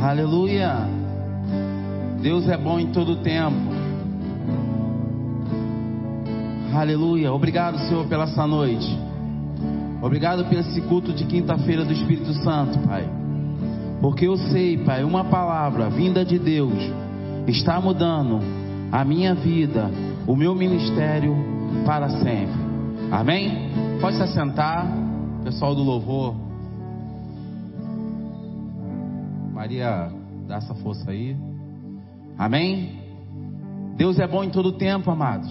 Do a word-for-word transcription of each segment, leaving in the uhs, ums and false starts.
Aleluia. Deus é bom em todo tempo. Aleluia. Obrigado, Senhor, pela essa noite. Obrigado por esse culto de quinta-feira do Espírito Santo, Pai. Porque eu sei, Pai, uma palavra vinda de Deus está mudando a minha vida, o meu ministério para sempre. Amém? Pode se assentar, pessoal do louvor. Maria, dá essa força aí. Amém? Deus é bom em todo tempo, amados.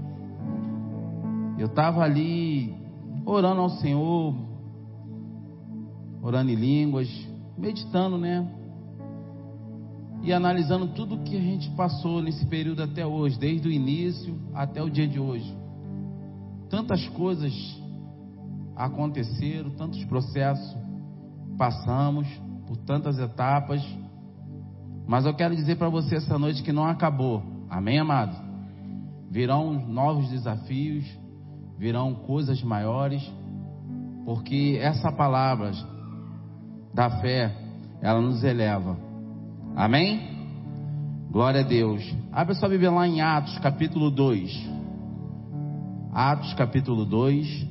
Eu estava ali orando ao Senhor, orando em línguas, meditando, né? E analisando tudo que a gente passou nesse período até hoje, desde o início até o dia de hoje. Tantas coisas aconteceram, tantos processos passamos por tantas etapas, mas eu quero dizer para você essa noite que não acabou. Amém, amado? Virão novos desafios, virão coisas maiores, porque essa palavra da fé, ela nos eleva. Amém? Glória a Deus. Abre sua Bíblia lá em Atos capítulo dois. Atos capítulo dois,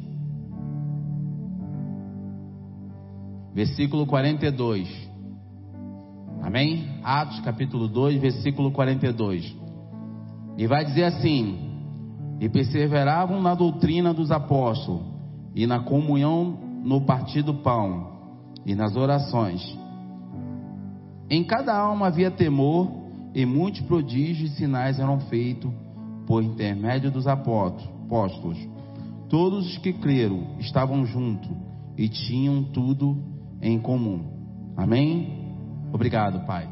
versículo quarenta e dois. Amém? Atos capítulo dois, versículo quarenta e dois. E vai dizer assim: e perseveravam na doutrina dos apóstolos, e na comunhão, no partir do pão, e nas orações. Em cada alma havia temor, e muitos prodígios e sinais eram feitos por intermédio dos apóstolos. Todos os que creram estavam juntos e tinham tudo em comum. Amém? Obrigado, Pai.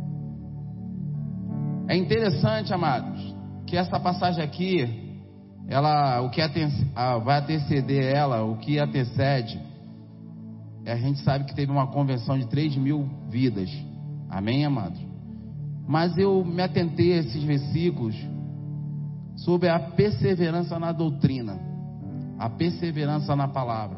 É interessante, amados, que essa passagem aqui, ela, o que vai anteceder ela, o que antecede, a gente sabe que teve uma convenção de três mil vidas. Amém, amados? Mas eu me atentei a esses versículos sobre a perseverança na doutrina, a perseverança na palavra,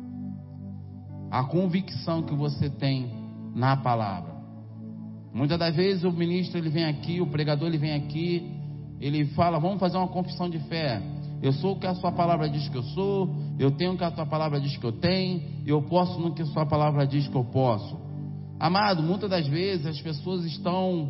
a convicção que você tem na palavra. Muitas das vezes o ministro ele vem aqui, o pregador ele vem aqui, ele fala: vamos fazer uma confissão de fé. Eu sou o que a sua palavra diz que eu sou, eu tenho o que a tua palavra diz que eu tenho, eu posso no que a sua palavra diz que eu posso. Amado, muitas das vezes as pessoas estão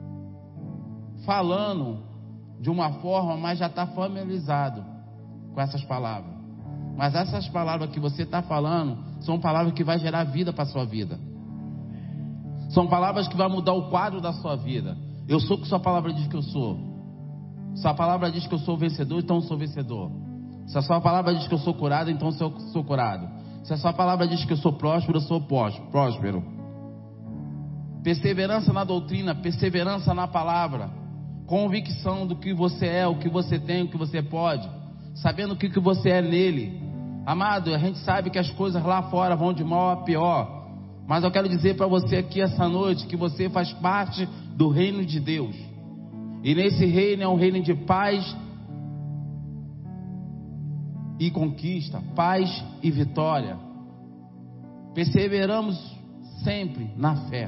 falando de uma forma, mas já está familiarizado com essas palavras. Mas essas palavras que você está falando são palavras que vai gerar vida para a sua vida. São palavras que vão mudar o quadro da sua vida. Eu sou o que sua palavra diz que eu sou. Se a palavra diz que eu sou vencedor, então eu sou vencedor. Se a sua palavra diz que eu sou curado, então eu sou curado. Se a sua palavra diz que eu sou próspero, eu sou próspero. Perseverança na doutrina, perseverança na palavra, convicção do que você é, o que você tem, o que você pode, sabendo o que, que você é nele. Amado, a gente sabe que as coisas lá fora vão de mal a pior, mas eu quero dizer para você aqui essa noite que você faz parte do reino de Deus, e nesse reino é um reino de paz e conquista, paz e vitória. Perseveramos sempre na fé.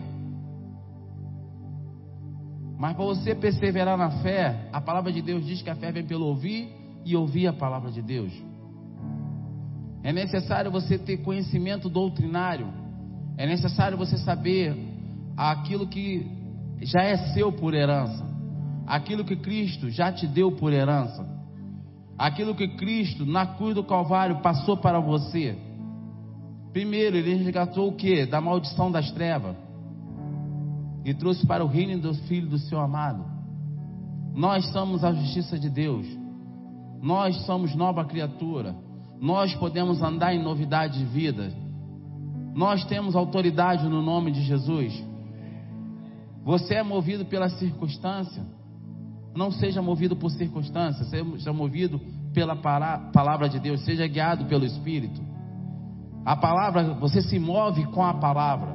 Mas para você perseverar na fé, a palavra de Deus diz que a fé vem pelo ouvir e ouvir a palavra de Deus. É necessário você ter conhecimento doutrinário. É necessário você saber aquilo que já é seu por herança, aquilo que Cristo já te deu por herança, aquilo que Cristo na cruz do Calvário passou para você. Primeiro, Ele resgatou o que? Da maldição das trevas, e trouxe para o reino do Filho do seu amado. Nós somos a justiça de Deus. Nós somos nova criatura. Nós podemos andar em novidade de vida. Nós temos autoridade no nome de Jesus. Você é movido pela circunstância? Não seja movido por circunstância, seja movido pela palavra de Deus. Seja guiado pelo Espírito. A palavra, você se move com a palavra.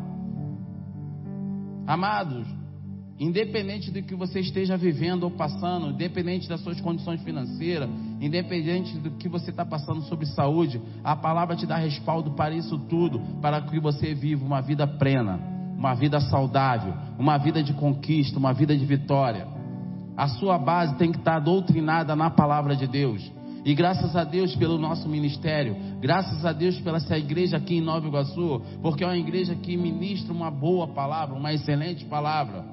Amados, independente do que você esteja vivendo ou passando, independente das suas condições financeiras, independente do que você está passando sobre saúde, a palavra te dá respaldo para isso tudo, para que você viva uma vida plena, uma vida saudável, uma vida de conquista, uma vida de vitória. A sua base tem que estar doutrinada na palavra de Deus. E graças a Deus pelo nosso ministério, graças a Deus pela essa igreja aqui em Nova Iguaçu, porque é uma igreja que ministra uma boa palavra, uma excelente palavra.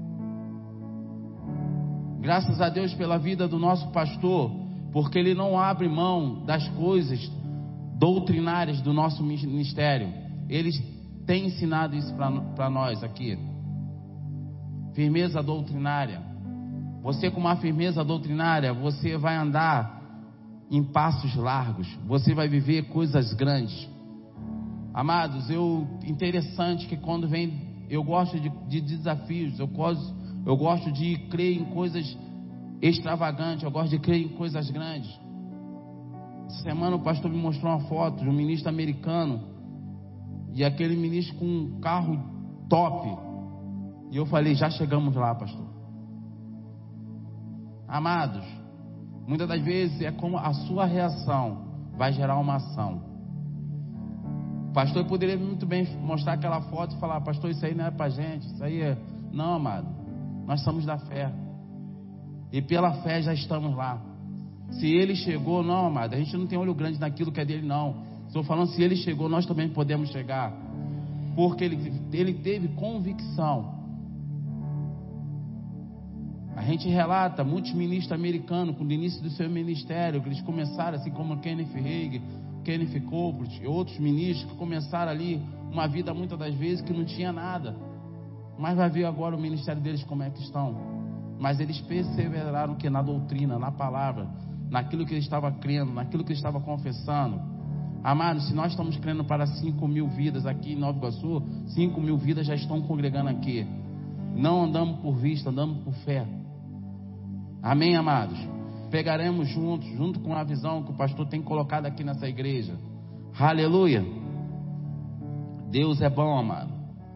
Graças a Deus pela vida do nosso pastor, porque ele não abre mão das coisas doutrinárias do nosso ministério. Ele tem ensinado isso para nós aqui. Firmeza doutrinária. Você com uma firmeza doutrinária, você vai andar em passos largos, você vai viver coisas grandes. Amados, eu interessante que quando vem, eu gosto de, de desafios, eu gosto, eu gosto de crer em coisas extravagantes, eu gosto de crer em coisas grandes. Essa semana o pastor me mostrou uma foto de um ministro americano, e aquele ministro com um carro top, e eu falei, já chegamos lá, pastor. Amados, muitas das vezes é como a sua reação vai gerar uma ação. O pastor poderia muito bem mostrar aquela foto e falar, pastor, isso aí não é pra gente, isso aí é... Não, amado, nós somos da fé. E pela fé já estamos lá. Se ele chegou, não, amado, a gente não tem olho grande naquilo que é dele, não. Estou falando, se ele chegou, nós também podemos chegar. Porque ele, ele teve convicção. A gente relata muitos ministros americanos, com o início do seu ministério, que eles começaram, assim como Kenneth Hagin, Kenneth Copeland e outros ministros, que começaram ali uma vida muitas das vezes que não tinha nada. Mas vai ver agora o ministério deles como é que estão. Mas eles perseveraram que na doutrina, na palavra, naquilo que eles estavam crendo, naquilo que eles estavam confessando. Amados, se nós estamos crendo para cinco mil vidas aqui em Nova Iguaçu, cinco mil vidas já estão congregando aqui. Não andamos por vista, andamos por fé. Amém, amados? Pegaremos juntos, junto com a visão que o pastor tem colocado aqui nessa igreja. Aleluia. Deus é bom, amado.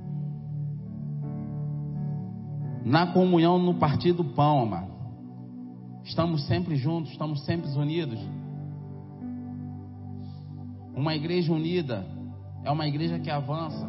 Na comunhão, no partir do pão, amado. Estamos sempre juntos, estamos sempre unidos. Uma igreja unida é uma igreja que avança.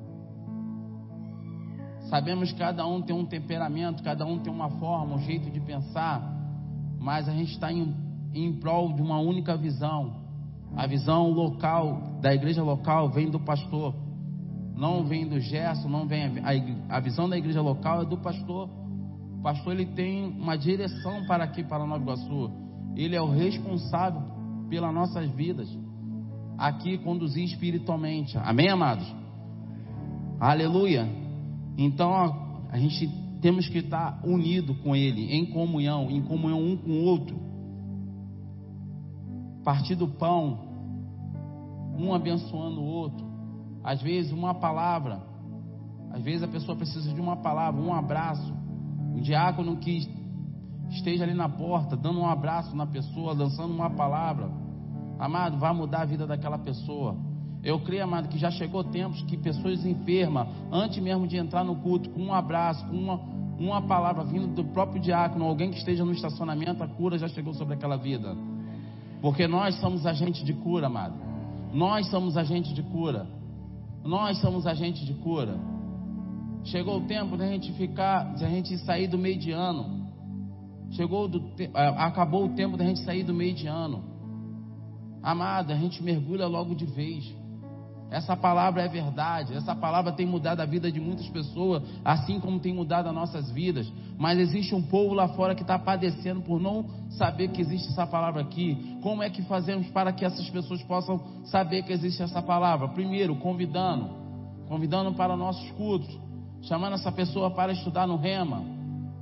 Sabemos que cada um tem um temperamento, cada um tem uma forma, um jeito de pensar, mas a gente está em, em prol de uma única visão. A visão local, da igreja local, vem do pastor, não vem do Gerson, não vem a, a visão da igreja local é do pastor. O pastor, ele tem uma direção para aqui, para Nova Iguaçu. Ele é o responsável pelas nossas vidas, aqui conduzir espiritualmente. Amém, amados? Aleluia. Então a gente temos que estar unido com Ele, em comunhão, em comunhão um com o outro. Partir do pão, um abençoando o outro. Às vezes uma palavra, às vezes a pessoa precisa de uma palavra, um abraço. O diácono que esteja ali na porta, dando um abraço na pessoa, lançando uma palavra, amado, vai mudar a vida daquela pessoa. Eu creio, amado, que já chegou tempos que pessoas enfermas, antes mesmo de entrar no culto, com um abraço, com uma, uma palavra vindo do próprio diácono, alguém que esteja no estacionamento, a cura já chegou sobre aquela vida. Porque nós somos agentes de cura, amado. Nós somos agentes de cura. Nós somos agentes de cura. Chegou o tempo da gente ficar, de a gente sair do meio de ano. Chegou do, acabou o tempo da gente sair do meio de ano. Amado, a gente mergulha logo de vez. Essa palavra é verdade. Essa palavra tem mudado a vida de muitas pessoas, assim como tem mudado as nossas vidas. Mas existe um povo lá fora que está padecendo por não saber que existe essa palavra aqui. Como é que fazemos para que essas pessoas possam saber que existe essa palavra? Primeiro, convidando, convidando para nossos cultos, chamando essa pessoa para estudar no Rema.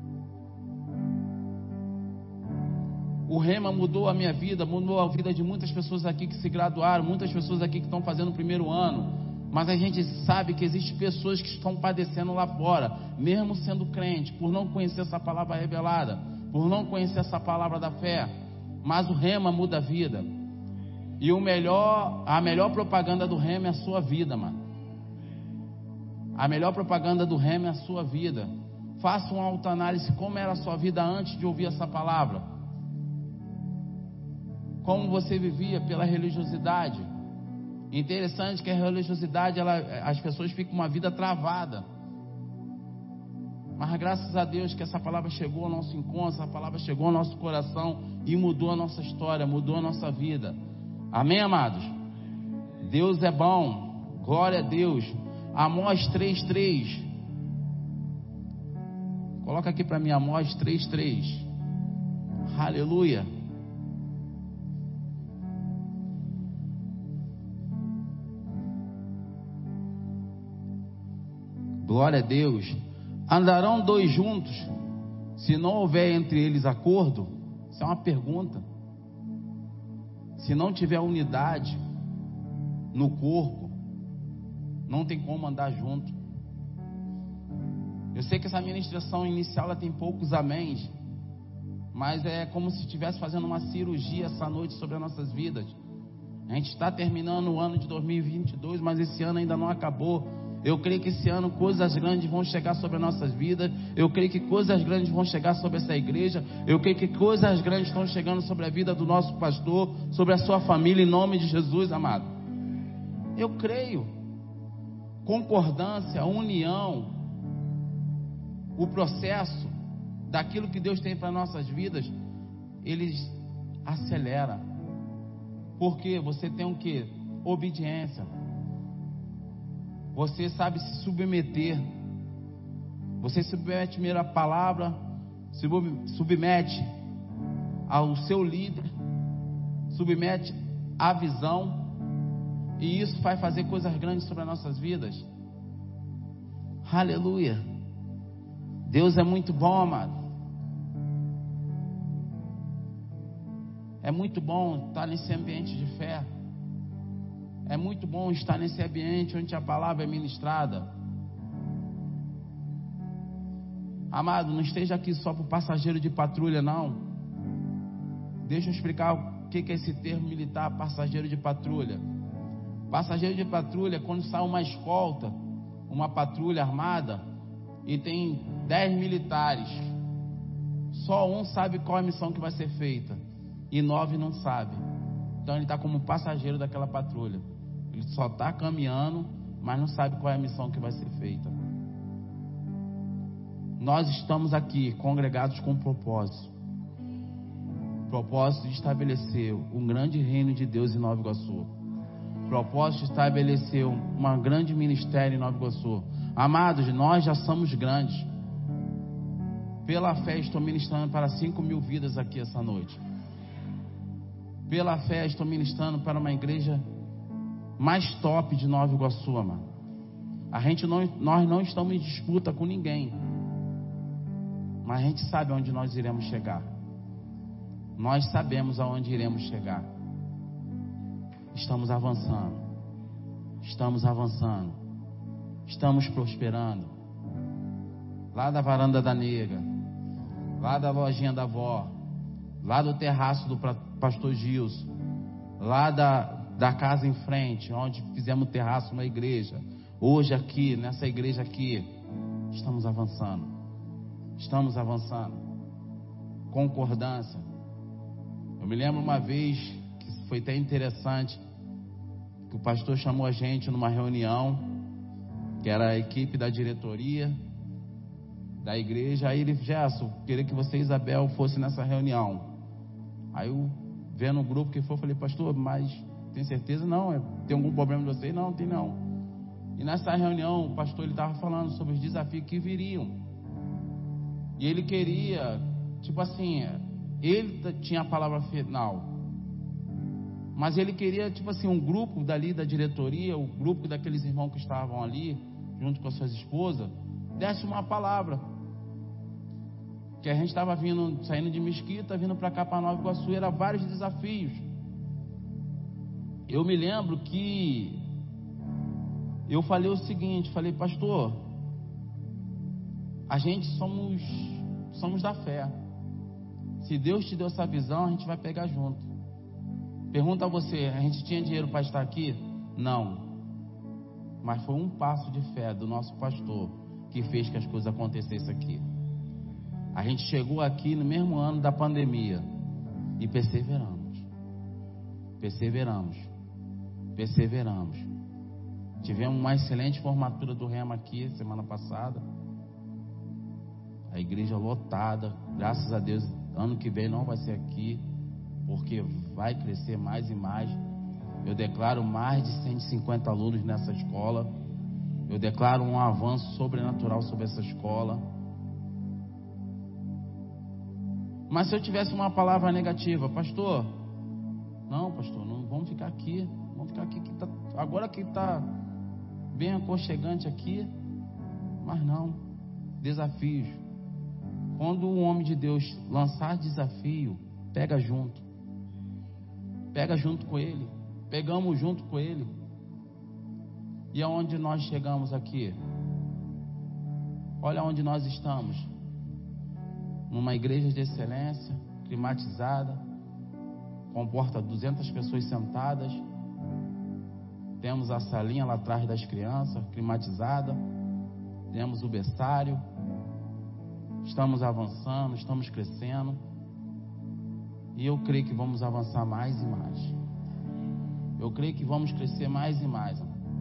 O Rema mudou a minha vida, mudou a vida de muitas pessoas aqui que se graduaram, muitas pessoas aqui que estão fazendo o primeiro ano. Mas a gente sabe que existem pessoas que estão padecendo lá fora, mesmo sendo crente, por não conhecer essa palavra revelada, por não conhecer essa palavra da fé. Mas o Rema muda a vida. E o melhor, a melhor propaganda do Rema é a sua vida, mano. A melhor propaganda do Rema é a sua vida. Faça uma autoanálise, como era a sua vida antes de ouvir essa palavra. Como você vivia pela religiosidade. Interessante que a religiosidade, ela, as pessoas ficam uma vida travada. Mas graças a Deus que essa palavra chegou ao nosso encontro, essa palavra chegou ao nosso coração e mudou a nossa história, mudou a nossa vida. Amém, amados? Deus é bom, glória a Deus. Amós três, três. Coloca aqui para mim, Amós três, três. Aleluia. Glória a Deus. Andarão dois juntos, se não houver entre eles acordo? Isso é uma pergunta. Se não tiver unidade no corpo, não tem como andar junto. Eu sei que essa ministração inicial ela tem poucos améns, mas é como se estivesse fazendo uma cirurgia essa noite sobre as nossas vidas. A gente está terminando o ano de dois mil e vinte e dois, mas esse ano ainda não acabou. Eu creio que esse ano coisas grandes vão chegar sobre as nossas vidas. Eu creio que coisas grandes vão chegar sobre essa igreja. Eu creio que coisas grandes estão chegando sobre a vida do nosso pastor, sobre a sua família, em nome de Jesus, amado. Eu creio. Concordância, união, o processo daquilo que Deus tem para nossas vidas, eles acelera. Porque você tem o quê? Obediência. Você sabe se submeter. Você se submete primeiro à palavra, se submete ao seu líder, submete à visão, e isso vai fazer coisas grandes sobre as nossas vidas. Aleluia. Deus é muito bom, amado. É muito bom estar nesse ambiente de fé. É muito bom estar nesse ambiente onde a palavra é ministrada. Amado, não esteja aqui só para o passageiro de patrulha, não. Deixa eu explicar o que é esse termo militar, passageiro de patrulha. Passageiro de patrulha é quando sai uma escolta, uma patrulha armada, e tem dez militares. Só um sabe qual é a missão que vai ser feita, e nove não sabem. Então ele está como passageiro daquela patrulha. Ele só está caminhando, mas não sabe qual é a missão que vai ser feita. Nós estamos aqui congregados com um propósito. Propósito de estabelecer um grande reino de Deus em Nova Iguaçu. Propósito de estabelecer um grande ministério em Nova Iguaçu. Amados, nós já somos grandes. Pela fé estou ministrando para cinco mil vidas aqui essa noite. Pela fé estou ministrando para uma igreja mais top de Nova Iguaçu, amado. A gente não, nós não estamos em disputa com ninguém, mas a gente sabe aonde nós iremos chegar. Nós sabemos aonde iremos chegar. Estamos avançando. Estamos avançando. Estamos prosperando. Lá da varanda da nega, lá da lojinha da avó, lá do terraço do pastor Gilson, lá da, da casa em frente, onde fizemos terraço na igreja. Hoje aqui, nessa igreja aqui, estamos avançando. Estamos avançando. Concordância. Eu me lembro uma vez, que foi até interessante, que o pastor chamou a gente numa reunião, que era a equipe da diretoria da igreja. Aí ele, Gerson, queria que você e Isabel fosse nessa reunião. Aí eu, vendo o grupo que foi, falei, pastor, mas tem certeza? Não, tem algum problema de vocês? Não, não tem não. E nessa reunião, o pastor estava falando sobre os desafios que viriam. E ele queria, tipo assim, ele tinha a palavra final, mas ele queria, tipo assim, um grupo dali da diretoria, o grupo daqueles irmãos que estavam ali, junto com as suas esposas, desse uma palavra. Que a gente estava vindo, saindo de Mesquita, vindo para cá, para Nova Iguaçu, era vários desafios. Eu me lembro que eu falei o seguinte, falei, pastor, a gente somos, somos da fé. Se Deus te deu essa visão, a gente vai pegar junto. Pergunta a você, a gente tinha dinheiro para estar aqui? Não. Mas foi um passo de fé do nosso pastor que fez que as coisas acontecessem aqui. A gente chegou aqui no mesmo ano da pandemia e perseveramos. Perseveramos. Perseveramos. Tivemos uma excelente formatura do Rema aqui semana passada. A igreja lotada, graças a Deus, ano que vem não vai ser aqui, porque vai crescer mais e mais. Eu declaro mais de cento e cinquenta alunos nessa escola. Eu declaro um avanço sobrenatural sobre essa escola. Mas se eu tivesse uma palavra negativa, pastor, não, pastor, não vamos ficar aqui, vamos ficar aqui, que tá, agora que está bem aconchegante aqui, mas não, desafios. Quando o homem de Deus lançar desafio, pega junto, pega junto com ele, pegamos junto com ele. E aonde nós chegamos aqui? Olha onde nós estamos. Numa igreja de excelência, climatizada, comporta duzentas pessoas sentadas. Temos a salinha lá atrás das crianças, climatizada. Temos o berçário. Estamos avançando, estamos crescendo. E eu creio que vamos avançar mais e mais. Eu creio que vamos crescer mais e mais.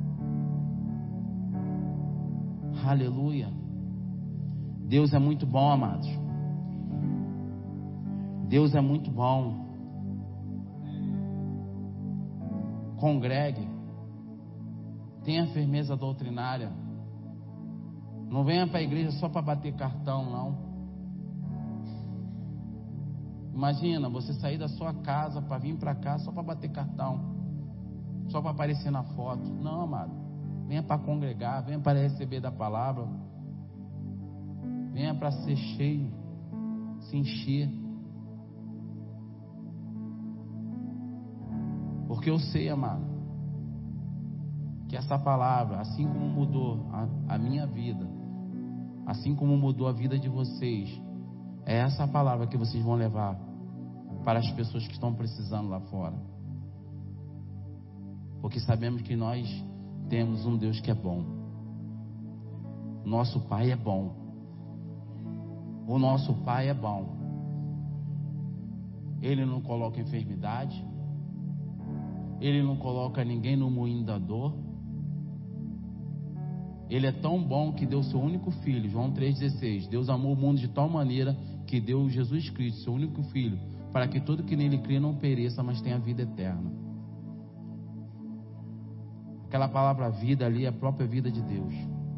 Aleluia. Deus é muito bom, amados. Deus é muito bom. Congregue. Tenha firmeza doutrinária. Não venha para a igreja só para bater cartão, não. Imagina você sair da sua casa para vir para cá só para bater cartão, só para aparecer na foto. Não, amado. Venha para congregar, venha para receber da palavra. Venha para ser cheio, se encher. Porque eu sei, amado, que essa palavra, assim como mudou a, a minha vida, assim como mudou a vida de vocês, é essa palavra que vocês vão levar para as pessoas que estão precisando lá fora. Porque sabemos que nós temos um Deus que é bom. Nosso Pai é bom. O nosso Pai é bom. Ele não coloca enfermidade. Ele não coloca ninguém no moinho da dor. Ele é tão bom que deu seu único filho. João três dezesseis. Deus amou o mundo de tal maneira que deu Jesus Cristo, seu único filho, para que todo que nele crê não pereça, mas tenha vida eterna. Aquela palavra vida ali é a própria vida de Deus.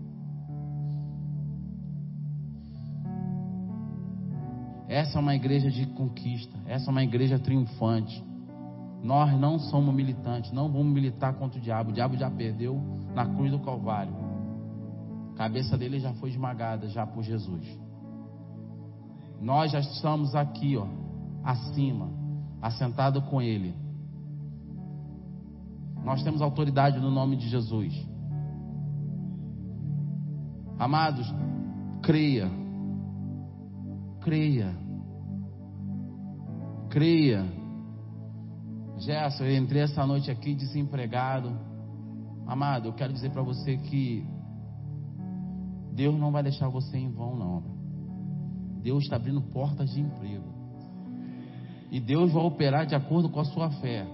Essa é uma igreja de conquista. Essa é uma igreja triunfante. Nós não somos militantes. Não vamos militar contra o diabo. O diabo já perdeu na cruz do Calvário. A cabeça dele já foi esmagada já por Jesus. Nós já estamos aqui, ó, acima, assentado com ele. Nós temos autoridade no nome de Jesus. Amados, creia. Creia. Creia. Gerson, eu entrei essa noite aqui desempregado. Amado, eu quero dizer para você que Deus não vai deixar você em vão, não. Deus está abrindo portas de emprego. E Deus vai operar de acordo com a sua fé.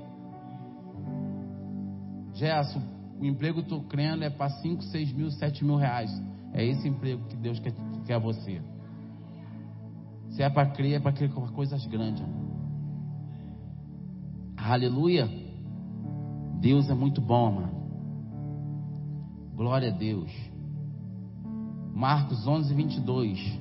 Gerson, o emprego que eu estou crendo é para cinco, seis mil, sete mil reais. É esse emprego que Deus quer, quer você. Se é para crer, é para crer com coisas grandes. Aleluia. Deus é muito bom, mano. Glória a Deus. Marcos onze, vinte e dois.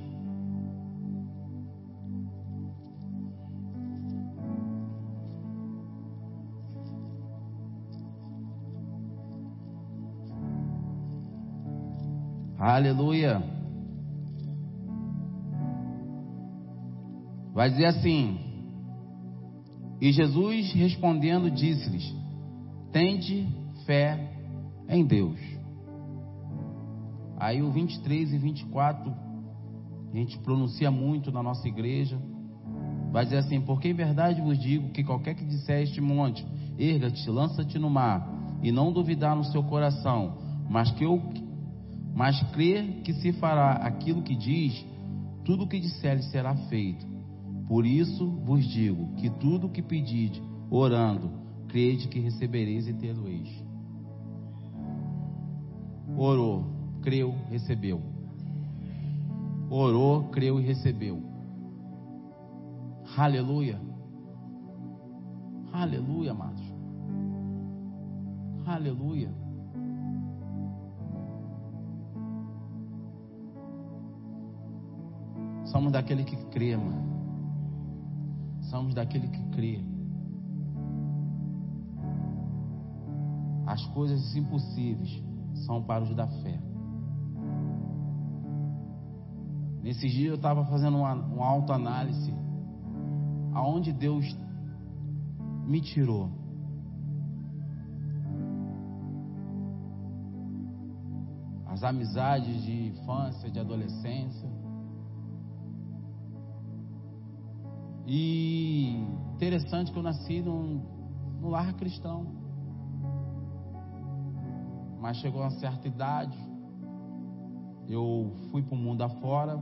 Aleluia. Vai dizer assim: e Jesus respondendo disse-lhes: tende fé em Deus. Aí o vinte e três e vinte e quatro a gente pronuncia muito na nossa igreja. Vai dizer assim: porque em verdade vos digo que qualquer que disser este monte, erga-te, lança-te no mar, e não duvidar no seu coração, mas que eu mas crer que se fará aquilo que diz, tudo o que disser será feito. Por isso vos digo que tudo o que pedide, orando, crede que recebereis e tê-lo-eis. Orou, creu, recebeu. orou, creu e recebeu. Aleluia. Aleluia, amados. Aleluia. Somos daquele que crê, mano. Somos daquele que crê. As coisas impossíveis são para os da fé. Nesses dias eu estava fazendo uma, uma autoanálise. Aonde Deus me tirou. As amizades de infância, de adolescência. E interessante que eu nasci num, num lar cristão. Mas chegou a uma certa idade, eu fui para o mundo afora.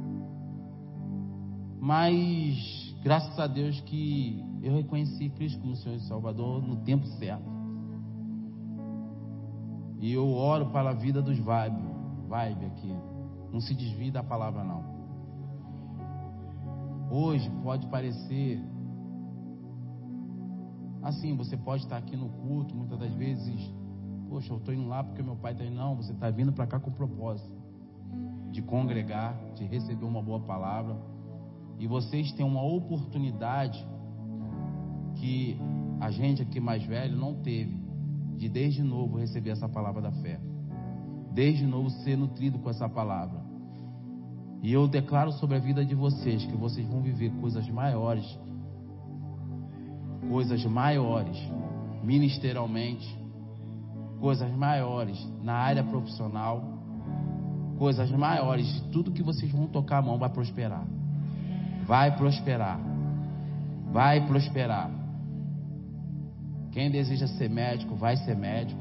Mas graças a Deus que eu reconheci Cristo como Senhor e Salvador no tempo certo. E eu oro para a vida dos vibe, vibe aqui. Não se desvie da palavra não. Hoje pode parecer assim, você pode estar aqui no culto, muitas das vezes, poxa, eu estou indo lá porque meu pai está indo. Não, você está vindo para cá com o propósito de congregar, de receber uma boa palavra. E vocês têm uma oportunidade que a gente aqui mais velho não teve, de desde novo receber essa palavra da fé, desde novo ser nutrido com essa palavra. E eu declaro sobre a vida de vocês que vocês vão viver coisas maiores, coisas maiores, ministerialmente, coisas maiores na área profissional, coisas maiores, de tudo que vocês vão tocar a mão vai prosperar. Vai prosperar. Vai prosperar. Quem deseja ser médico, vai ser médico.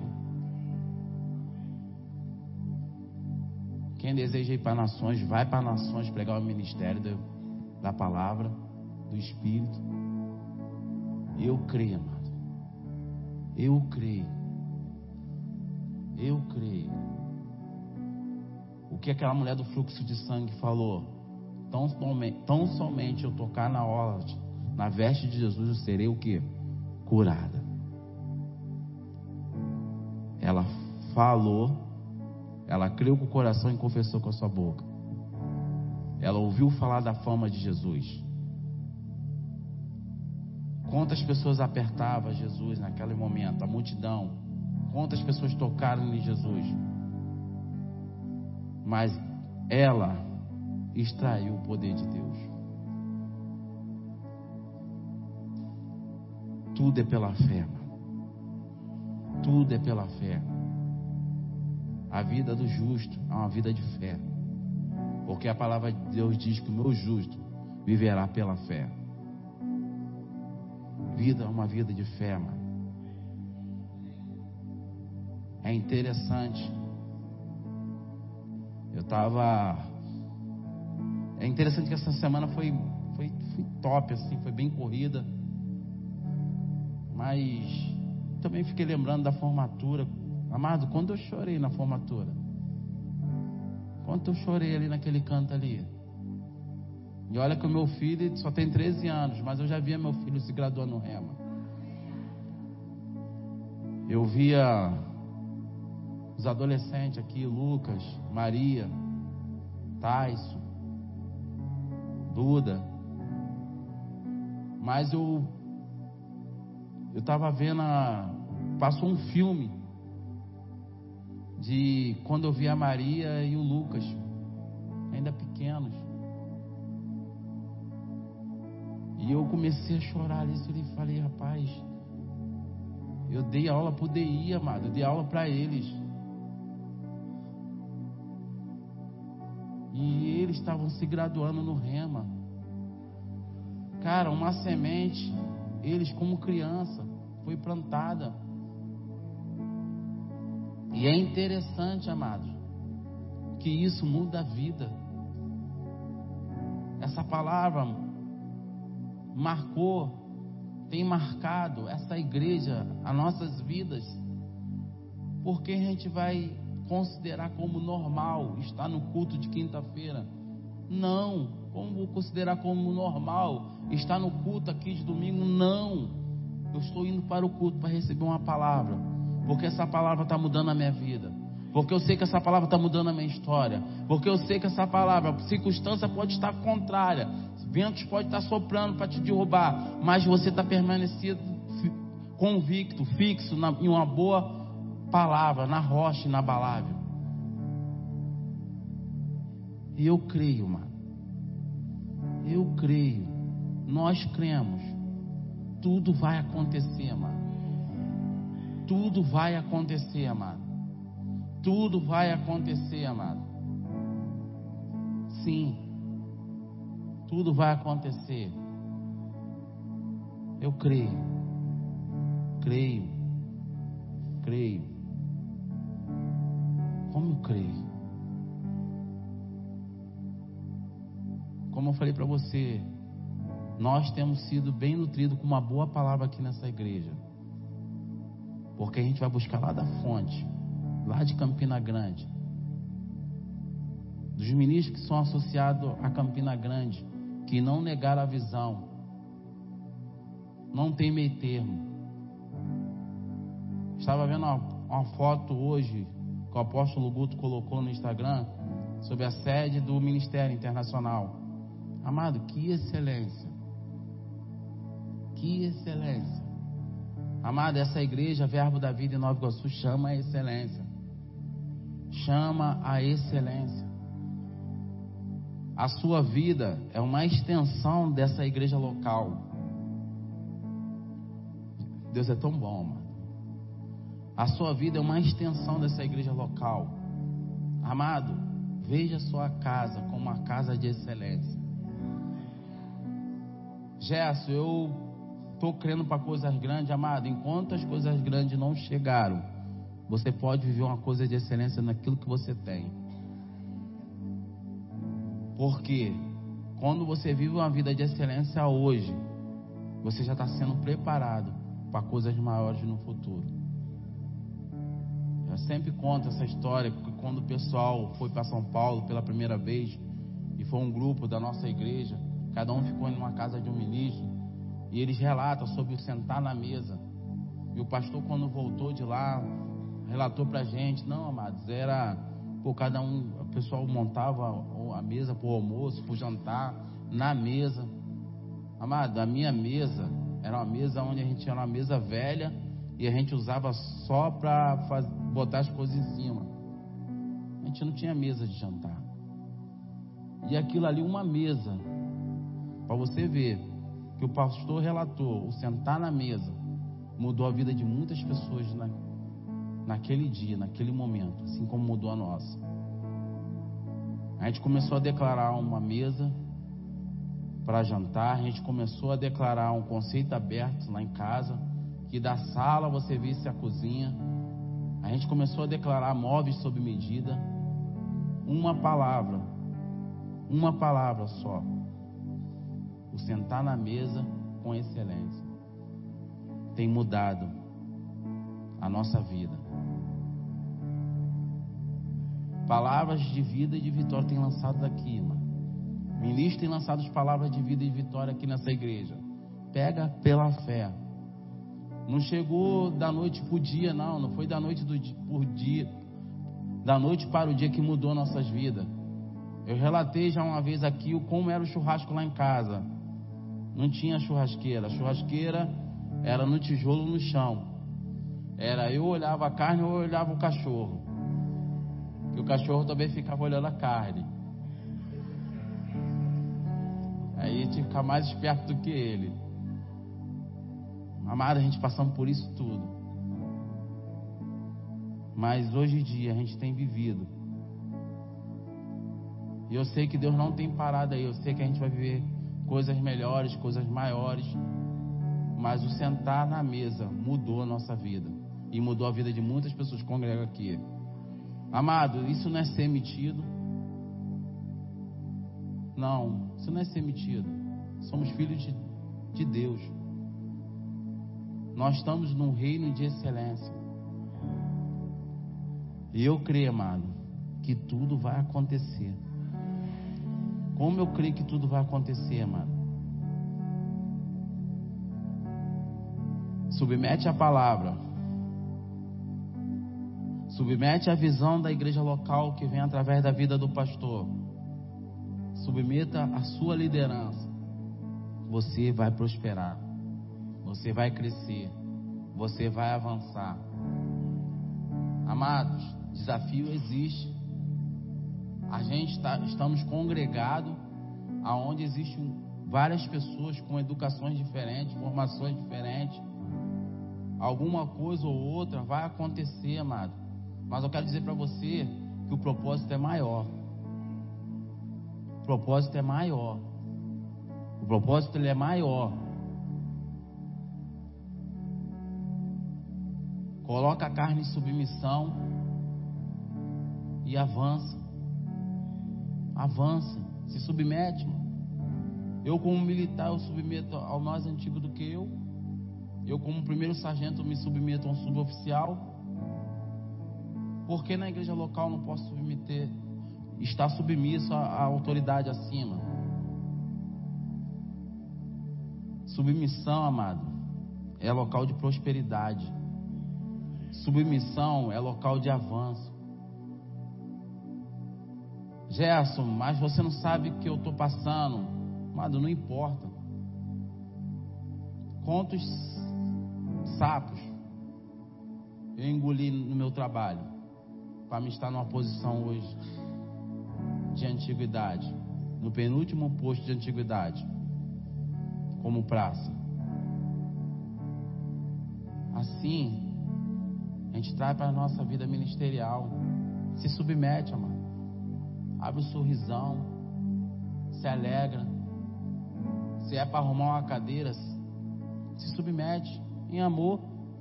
Quem deseja ir para nações, vai para nações pregar o ministério do, da palavra, do Espírito. Eu creio, amado. Eu creio. Eu creio. O que aquela mulher do fluxo de sangue falou? Tão somente, tão somente eu tocar na orla, na veste de Jesus, eu serei o quê? Curada. Ela falou, ela creu com o coração e confessou com a sua boca. Ela ouviu falar da fama de Jesus. Quantas pessoas apertavam Jesus naquele momento, a multidão. Quantas pessoas tocaram em Jesus. Mas ela extraiu o poder de Deus. Tudo é pela fé, mano. Tudo é pela fé. A vida do justo é uma vida de fé. Porque a palavra de Deus diz que o meu justo viverá pela fé. Vida é uma vida de fé, mano. É interessante. Eu tava... É interessante que essa semana foi, foi, foi top, assim, foi bem corrida. Mas também fiquei lembrando da formatura. Amado, quando eu chorei na formatura. Quanto eu chorei ali naquele canto ali. E olha que o meu filho só tem treze anos, mas eu já via meu filho se graduando no Rema. Eu via os adolescentes aqui, Lucas, Maria, Tyson, Duda. Mas eu eu estava vendo a, passou um filme de quando eu vi a Maria e o Lucas ainda pequenos. E eu comecei a chorar ali e falei, rapaz, eu dei aula pro D I, amado, eu dei aula para eles. E eles estavam se graduando no Rema. Cara, uma semente, eles como criança, foi plantada. E é interessante, amados, que isso muda a vida. Essa palavra marcou, tem marcado essa igreja, as nossas vidas, porque a gente vai considerar como normal estar no culto de quinta-feira, Não. Como vou considerar como normal estar no culto aqui de domingo? Não. Eu estou indo para o culto para receber uma palavra, porque essa palavra está mudando a minha vida, porque eu sei que essa palavra está mudando a minha história, porque eu sei que essa palavra, a circunstância pode estar contrária, ventos podem estar soprando para te derrubar, mas você está permanecido convicto, fixo na, em uma boa palavra, na rocha inabalável. E eu creio, mano. Eu creio. Nós cremos. Tudo vai acontecer, mano. Tudo vai acontecer, mano. Tudo vai acontecer, amado. Sim. Tudo vai acontecer. Eu creio. Creio. Creio. Como eu creio? Como eu falei para você, nós temos sido bem nutridos com uma boa palavra aqui nessa igreja. Porque a gente vai buscar lá da fonte, lá de Campina Grande. Dos ministros que são associados a Campina Grande, que não negaram a visão. Não tem meio termo. Estava vendo uma, uma foto hoje que o apóstolo Guto colocou no Instagram sobre a sede do Ministério Internacional. Amado, que excelência. Que excelência. Amado, essa igreja, Verbo da Vida em Nova Iguaçu, chama a excelência. Chama a excelência. A sua vida é uma extensão dessa igreja local. Deus é tão bom, amado. A sua vida é uma extensão dessa igreja local. Amado, veja a sua casa como uma casa de excelência. Gerson, eu estou crendo para coisas grandes, amado. Enquanto as coisas grandes não chegaram, você pode viver uma coisa de excelência naquilo que você tem. Porque quando você vive uma vida de excelência hoje, você já está sendo preparado para coisas maiores no futuro. Eu sempre conto essa história, porque quando o pessoal foi para São Paulo pela primeira vez, e foi um grupo da nossa igreja, cada um ficou em uma casa de um ministro, e eles relatam sobre o sentar na mesa. E o pastor, quando voltou de lá, relatou pra gente: não, amados, era por cada um, o pessoal montava a mesa para o almoço, para o jantar, na mesa. Amado, a minha mesa era uma mesa onde a gente tinha uma mesa velha e a gente usava só para botar as coisas em cima. A gente não tinha mesa de jantar. E aquilo ali, uma mesa, para você ver que o pastor relatou, o sentar na mesa mudou a vida de muitas pessoas na, naquele dia, naquele momento, assim como mudou a nossa. A gente começou a declarar uma mesa para jantar, a gente começou a declarar um conceito aberto lá em casa, que da sala você visse a cozinha. A gente começou a declarar móveis sob medida. Uma palavra, uma palavra só: o sentar na mesa com excelência tem mudado a nossa vida. Palavras de vida e de vitória tem lançado aqui, mano. Ministro tem lançado as palavras de vida e de vitória aqui nessa igreja. Pega pela fé. Não chegou da noite para o dia, não. Não foi da noite do dia, por dia, da noite para o dia que mudou nossas vidas. Eu relatei já uma vez aqui o como era o churrasco lá em casa. Não tinha churrasqueira. A churrasqueira era no tijolo no chão. Era eu olhava a carne ou eu olhava o cachorro. E o cachorro também ficava olhando a carne. Aí tinha que ficar mais esperto do que ele. Amado, a gente passando por isso tudo. Mas hoje em dia a gente tem vivido. E eu sei que Deus não tem parado aí. Eu sei que a gente vai viver coisas melhores, coisas maiores. Mas o sentar na mesa mudou a nossa vida. E mudou a vida de muitas pessoas que congregam aqui. Amado, isso não é ser metido. Não, isso não é ser metido. Somos filhos de, de Deus. Nós estamos num reino de excelência. E eu creio, amado, que tudo vai acontecer. Como eu creio que tudo vai acontecer, mano. Submete a palavra. Submete a visão da igreja local que vem através da vida do pastor. Submeta a sua liderança. Você vai prosperar. Você vai crescer. Você vai avançar. Amados, desafio existe. A gente tá, estamos congregados aonde existem várias pessoas com educações diferentes, formações diferentes. Alguma coisa ou outra vai acontecer, amado. Mas eu quero dizer para você que o propósito é maior. O propósito é maior. O propósito ele é maior. Coloca a carne em submissão e avança. Avança, se submete, mano. Eu como militar, eu submeto ao mais antigo do que eu. Eu como primeiro sargento, me submeto a um suboficial. Porque na igreja local não posso submeter, estar submisso à, à autoridade acima. Submissão, amado, é local de prosperidade. Submissão é local de avanço. Gerson, mas você não sabe o que eu estou passando. Amado, não importa. Quantos sapos eu engoli no meu trabalho para me estar numa posição hoje de antiguidade, no penúltimo posto de antiguidade, como praça. Assim, a gente traz para a nossa vida ministerial. Se submete, amado. Abre um sorrisão. Se alegra. Se é para arrumar uma cadeira, se submete em amor.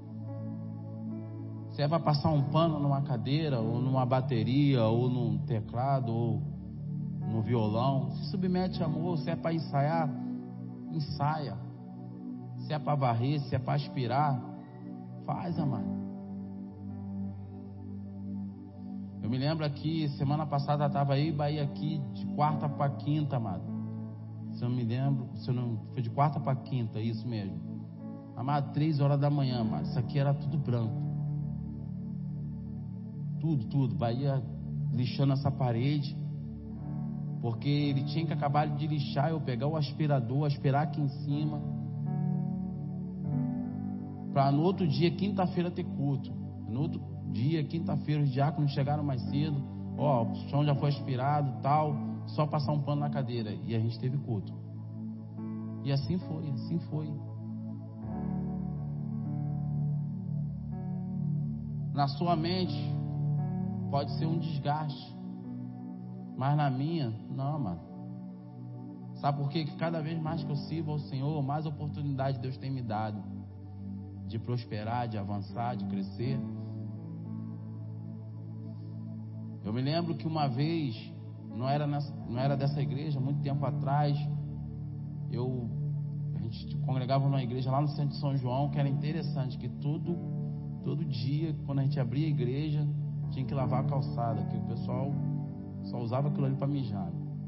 Se é para passar um pano numa cadeira, ou numa bateria, ou num teclado, ou no violão, se submete em amor. Se é para ensaiar, ensaia. Se é para varrer, se é para aspirar, faz, amado. Eu me lembro aqui, semana passada estava aí, Bahia aqui, de quarta para quinta, amado. Se eu me lembro, se eu não, foi de quarta para quinta, isso mesmo. Amado, três horas da manhã, amado. Isso aqui era tudo branco. Tudo, tudo. Bahia lixando essa parede. Porque ele tinha que acabar de lixar, eu pegar o aspirador, aspirar aqui em cima. Para no outro dia, quinta-feira, ter culto. No outro dia, quinta-feira, os diáconos chegaram mais cedo. Ó, o chão já foi aspirado, tal. Só passar um pano na cadeira. E a gente teve culto. E assim foi, assim foi. Na sua mente, pode ser um desgaste. Mas na minha, não, mano. Sabe por quê? Que cada vez mais que eu sirvo ao Senhor, mais oportunidade Deus tem me dado. De prosperar, de avançar, de crescer. Eu me lembro que uma vez, não era, nessa, não era dessa igreja, muito tempo atrás, eu, a gente congregava numa igreja lá no centro de São João, que era interessante, que todo, todo dia, quando a gente abria a igreja, tinha que lavar a calçada, que o pessoal só usava aquilo ali para mijar.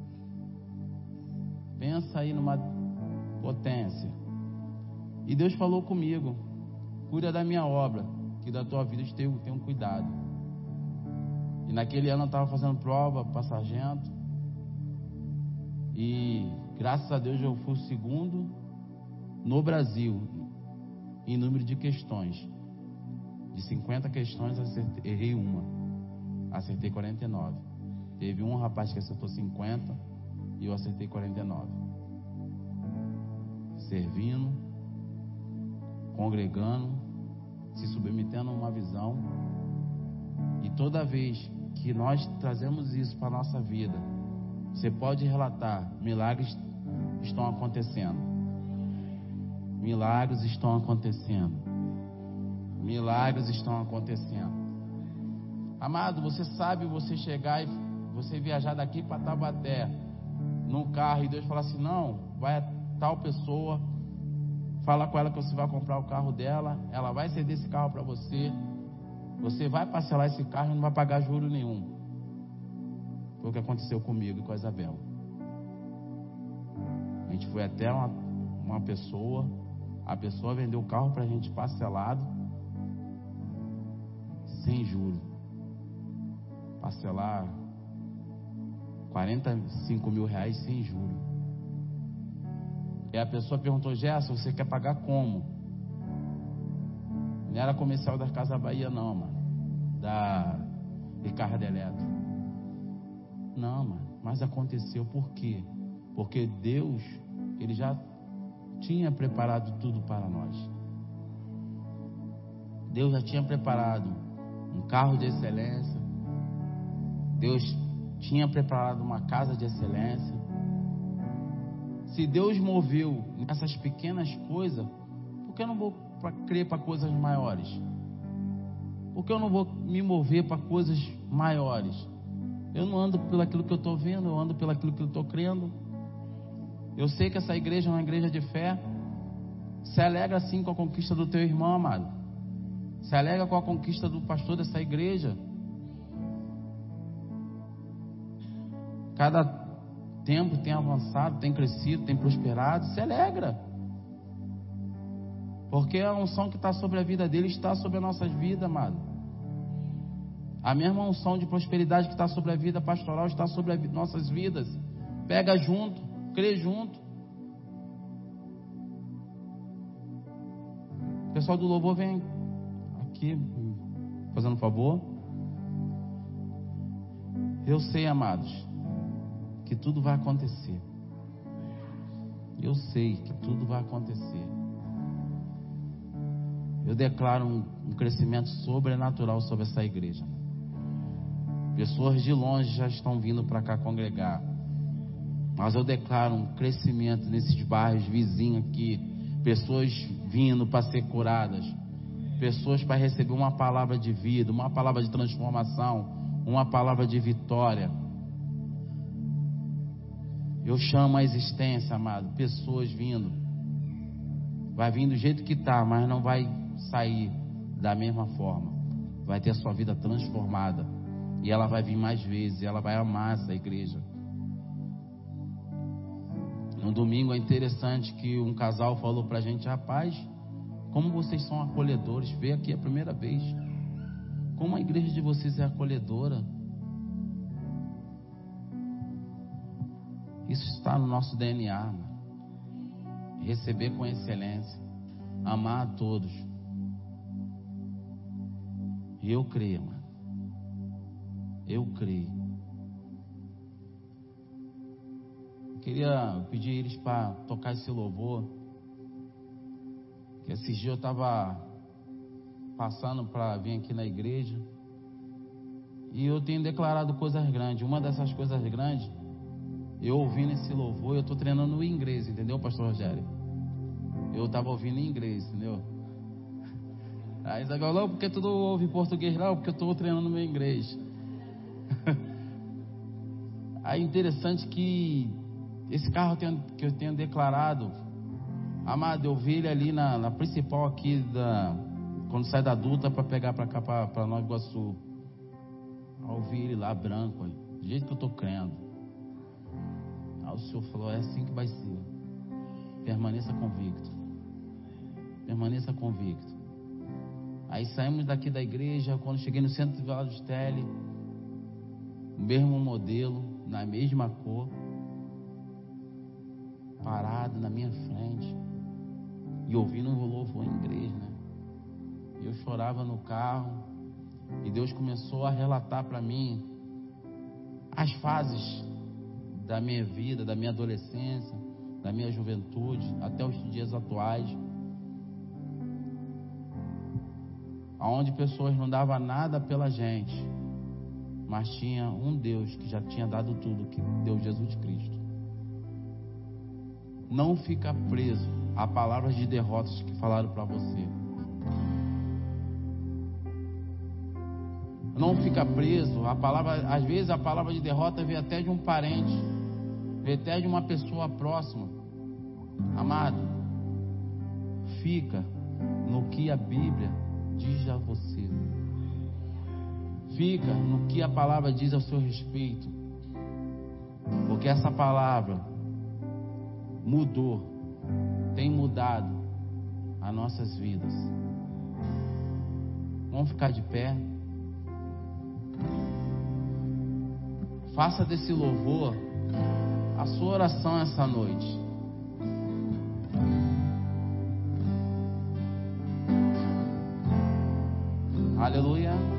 Pensa aí numa potência. E Deus falou comigo: cuida da minha obra, que da tua vida eu tenho um cuidado. E naquele ano eu estava fazendo prova para sargento. E graças a Deus eu fui o segundo no Brasil em número de questões. De cinquenta questões, acertei, errei uma. Acertei quarenta e nove. Teve um rapaz que acertou cinquenta e eu acertei quarenta e nove. Servindo, congregando, se submetendo a uma visão. E toda vez que nós trazemos isso para a nossa vida, você pode relatar: milagres estão acontecendo. Milagres estão acontecendo. Milagres estão acontecendo. Amado, você sabe você chegar e você viajar daqui para Taubaté num carro e Deus falar assim: não, vai a tal pessoa, fala com ela que você vai comprar o carro dela, ela vai ceder esse carro para você, você vai parcelar esse carro e não vai pagar juro nenhum. Foi o que aconteceu comigo e com a Isabel. gente foi até uma, uma pessoa, a pessoa vendeu o carro pra gente parcelado, sem juro. Parcelar quarenta e cinco mil reais sem juro. E a pessoa perguntou: Gerson, você quer pagar como? Não era comercial da Casa Bahia não, mano. Da Ricardo Eletro. Não, mano. Mas aconteceu. Por quê? Porque Deus, Ele já tinha preparado tudo para nós. Deus já tinha preparado um carro de excelência. Deus tinha preparado uma casa de excelência. Se Deus moveu nessas pequenas coisas, por que eu não vou pra crer para coisas maiores? Por que eu não vou me mover para coisas maiores? Eu não ando pelo aquilo que eu estou vendo, eu ando pelo aquilo que eu estou crendo. Eu sei que essa igreja é uma igreja de fé. Se alegra sim com a conquista do teu irmão, amado. Se alegra com a conquista do pastor dessa igreja. Cada tempo tem avançado, tem crescido, tem prosperado. Se alegra. Porque a unção que está sobre a vida dele está sobre as nossas vidas, amado. A mesma unção de prosperidade que está sobre a vida pastoral está sobre as nossas vidas. Pega junto, crê junto. O pessoal do louvor vem aqui, fazendo um favor. Eu sei, amados, que tudo vai acontecer. Eu sei que tudo vai acontecer. Eu declaro um, um crescimento sobrenatural sobre essa igreja. Pessoas de longe já estão vindo para cá congregar. Mas eu declaro um crescimento nesses bairros vizinhos aqui. Pessoas vindo para ser curadas. Pessoas para receber uma palavra de vida, uma palavra de transformação, uma palavra de vitória. Eu chamo a existência, amado, pessoas vindo. Vai vir do jeito que está, mas não vai sair da mesma forma. Vai ter a sua vida transformada. E ela vai vir mais vezes, ela vai amar essa igreja. No domingo é interessante que um casal falou pra gente: rapaz, como vocês são acolhedores. Veio aqui a primeira vez. Como a igreja de vocês é acolhedora. Isso está no nosso D N A, mano. Receber com excelência, amar a todos. E eu creio, mano. Eu creio. Eu queria pedir eles para tocar esse louvor. Que esses dias eu estava passando para vir aqui na igreja. E eu tenho declarado coisas grandes. Uma dessas coisas grandes, eu ouvindo esse louvor, eu estou treinando o inglês, entendeu, pastor Rogério? Eu estava ouvindo em inglês, entendeu? Aí Isabel, não, porque tu não ouve português, não, porque eu estou treinando meu inglês. Aí interessante que esse carro eu tenho, que eu tenho declarado, amado, eu vi ele ali na, na principal aqui, da, quando sai da adulta para pegar para cá, para Nova Iguaçu. Eu vi ele lá branco, aí, do jeito que eu estou crendo. Aí o Senhor falou: é assim que vai ser. Permaneça convicto. Permaneça convicto. Aí saímos daqui da igreja. Quando cheguei no centro de Vila do Stelle, o mesmo modelo, na mesma cor, parado na minha frente e ouvindo um louvor em igreja, né? Eu chorava no carro e Deus começou a relatar para mim as fases da minha vida, da minha adolescência, da minha juventude, até os dias atuais, aonde pessoas não davam nada pela gente, mas tinha um Deus que já tinha dado tudo, que deu Jesus Cristo. Não fica preso a palavras de derrotas que falaram para você. Não fica preso a palavra, às vezes a palavra de derrota vem até de um parente, vem até de uma pessoa próxima. Amado, fica no que a Bíblia diz a você. Fica no que a palavra diz ao seu respeito. Porque essa palavra mudou, tem mudado as nossas vidas. Vamos ficar de pé. Faça desse louvor a sua oração essa noite. Aleluia.